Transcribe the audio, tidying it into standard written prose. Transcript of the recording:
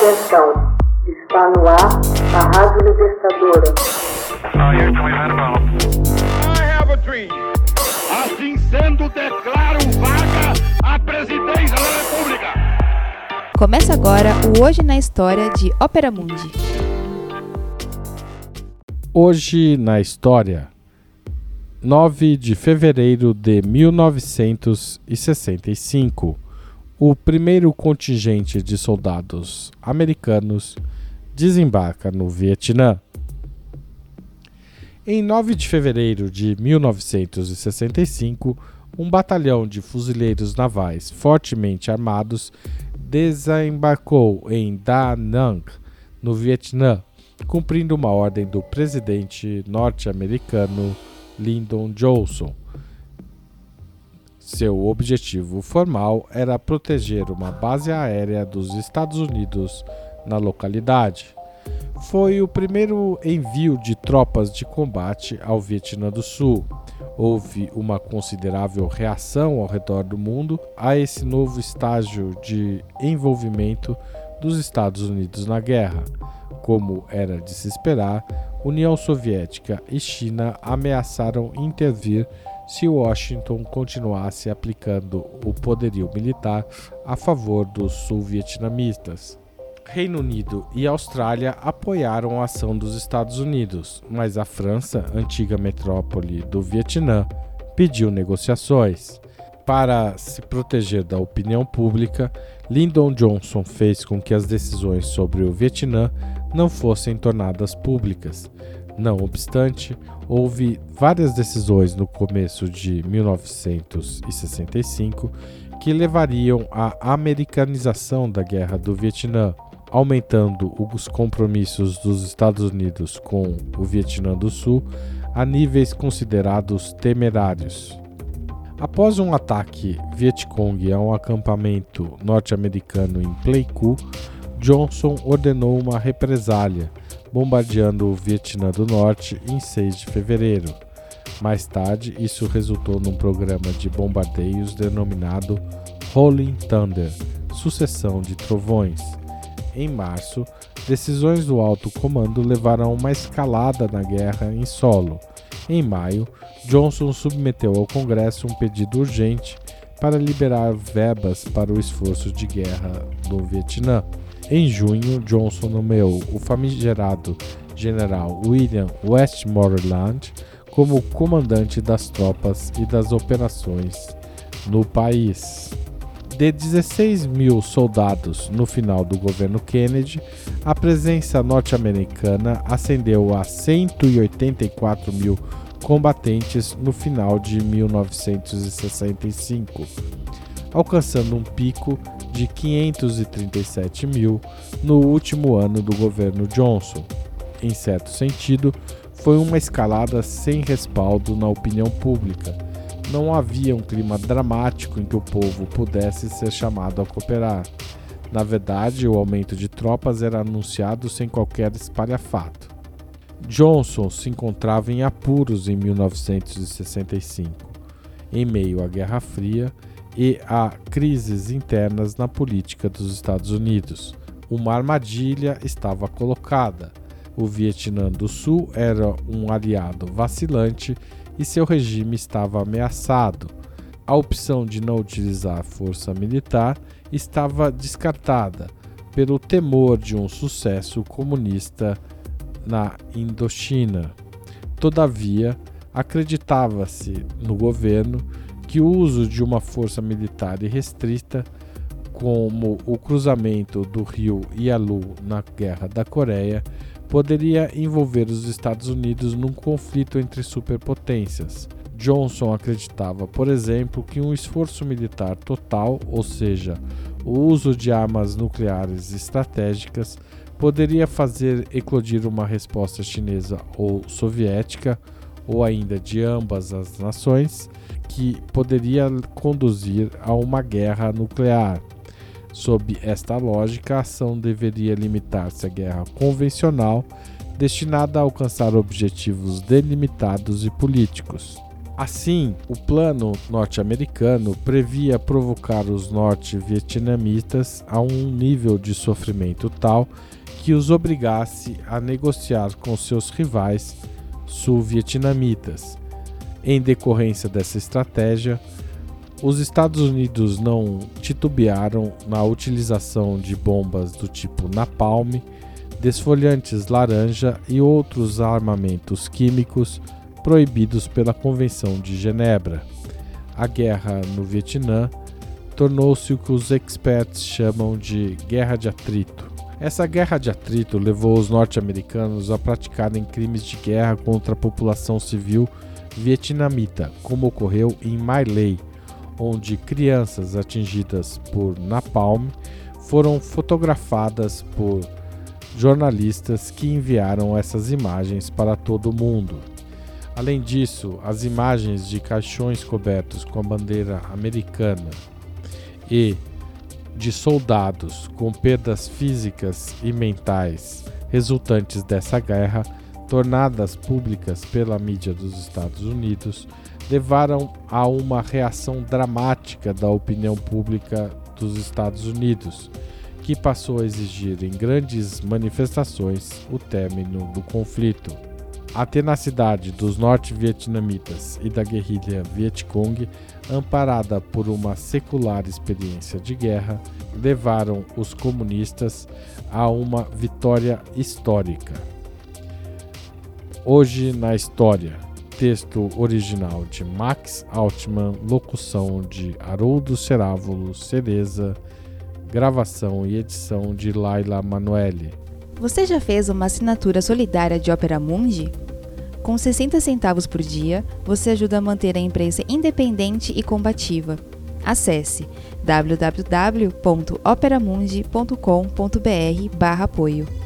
Atenção, está no ar a Rádio Libertadora. I have a dream. Assim sendo, declaro vaga a presidência da República. Começa agora o Hoje na História de Ópera Mundi. Hoje na História, 9 de fevereiro de 1965, o primeiro contingente de soldados americanos desembarca no Vietnã. Em 9 de fevereiro de 1965, um batalhão de fuzileiros navais fortemente armados desembarcou em Da Nang, no Vietnã, cumprindo uma ordem do presidente norte-americano Lyndon Johnson. Seu objetivo formal era proteger uma base aérea dos Estados Unidos na localidade. Foi o primeiro envio de tropas de combate ao Vietnã do Sul. Houve uma considerável reação ao redor do mundo a esse novo estágio de envolvimento dos Estados Unidos na guerra. Como era de se esperar, União Soviética e China ameaçaram intervir se Washington continuasse aplicando o poderio militar a favor dos sul-vietnamitas. Reino Unido e Austrália apoiaram a ação dos Estados Unidos, mas a França, antiga metrópole do Vietnã, pediu negociações. Para se proteger da opinião pública, Lyndon Johnson fez com que as decisões sobre o Vietnã não fossem tornadas públicas. Não obstante, houve várias decisões no começo de 1965 que levariam à americanização da Guerra do Vietnã, aumentando os compromissos dos Estados Unidos com o Vietnã do Sul a níveis considerados temerários. Após um ataque Vietcong a um acampamento norte-americano em Pleiku, Johnson ordenou uma represália, bombardeando o Vietnã do Norte em 6 de fevereiro. Mais tarde, isso resultou num programa de bombardeios denominado Rolling Thunder, sucessão de trovões. Em março, decisões do alto comando levaram a uma escalada na guerra em solo. Em maio, Johnson submeteu ao Congresso um pedido urgente para liberar verbas para o esforço de guerra do Vietnã. Em junho, Johnson nomeou o famigerado general William Westmoreland como comandante das tropas e das operações no país. De 16 mil soldados no final do governo Kennedy, a presença norte-americana ascendeu a 184 mil combatentes no final de 1965, alcançando um pico de 537 mil no último ano do governo Johnson. Em certo sentido, foi uma escalada sem respaldo na opinião pública. Não havia um clima dramático em que o povo pudesse ser chamado a cooperar. Na verdade, o aumento de tropas era anunciado sem qualquer espalhafato. Johnson se encontrava em apuros em 1965, em meio à Guerra Fria e a crises internas na política dos Estados Unidos. Uma armadilha estava colocada. O Vietnã do Sul era um aliado vacilante e seu regime estava ameaçado. A opção de não utilizar força militar estava descartada pelo temor de um sucesso comunista na Indochina. Todavia, acreditava-se no governo que o uso de uma força militar irrestrita, como o cruzamento do rio Yalu na Guerra da Coreia, poderia envolver os Estados Unidos num conflito entre superpotências. Johnson acreditava, por exemplo, que um esforço militar total, ou seja, o uso de armas nucleares estratégicas, poderia fazer eclodir uma resposta chinesa ou soviética, ou ainda de ambas as nações, que poderia conduzir a uma guerra nuclear. Sob esta lógica, a ação deveria limitar-se à guerra convencional, destinada a alcançar objetivos delimitados e políticos. Assim, o plano norte-americano previa provocar os norte-vietnamitas a um nível de sofrimento tal que os obrigasse a negociar com seus rivais sul-vietnamitas. Em decorrência dessa estratégia, os Estados Unidos não titubearam na utilização de bombas do tipo napalm, desfolhantes laranja e outros armamentos químicos proibidos pela Convenção de Genebra. A guerra no Vietnã tornou-se o que os experts chamam de guerra de atrito. Essa guerra de atrito levou os norte-americanos a praticarem crimes de guerra contra a população civil vietnamita, como ocorreu em My Lai, onde crianças atingidas por napalm foram fotografadas por jornalistas que enviaram essas imagens para todo o mundo. Além disso, as imagens de caixões cobertos com a bandeira americana e de soldados com perdas físicas e mentais resultantes dessa guerra, tornadas públicas pela mídia dos Estados Unidos, levaram a uma reação dramática da opinião pública dos Estados Unidos, que passou a exigir em grandes manifestações o término do conflito. A tenacidade dos norte-vietnamitas e da guerrilha Vietcong, amparada por uma secular experiência de guerra, levaram os comunistas a uma vitória histórica. Hoje na História, texto original de Max Altman, locução de Haroldo Cerávulo Cereza, gravação e edição de Laila Manoeli. Você já fez uma assinatura solidária de Opera Mundi? Com 60 centavos por dia, você ajuda a manter a imprensa independente e combativa. Acesse www.operamundi.com.br/apoio.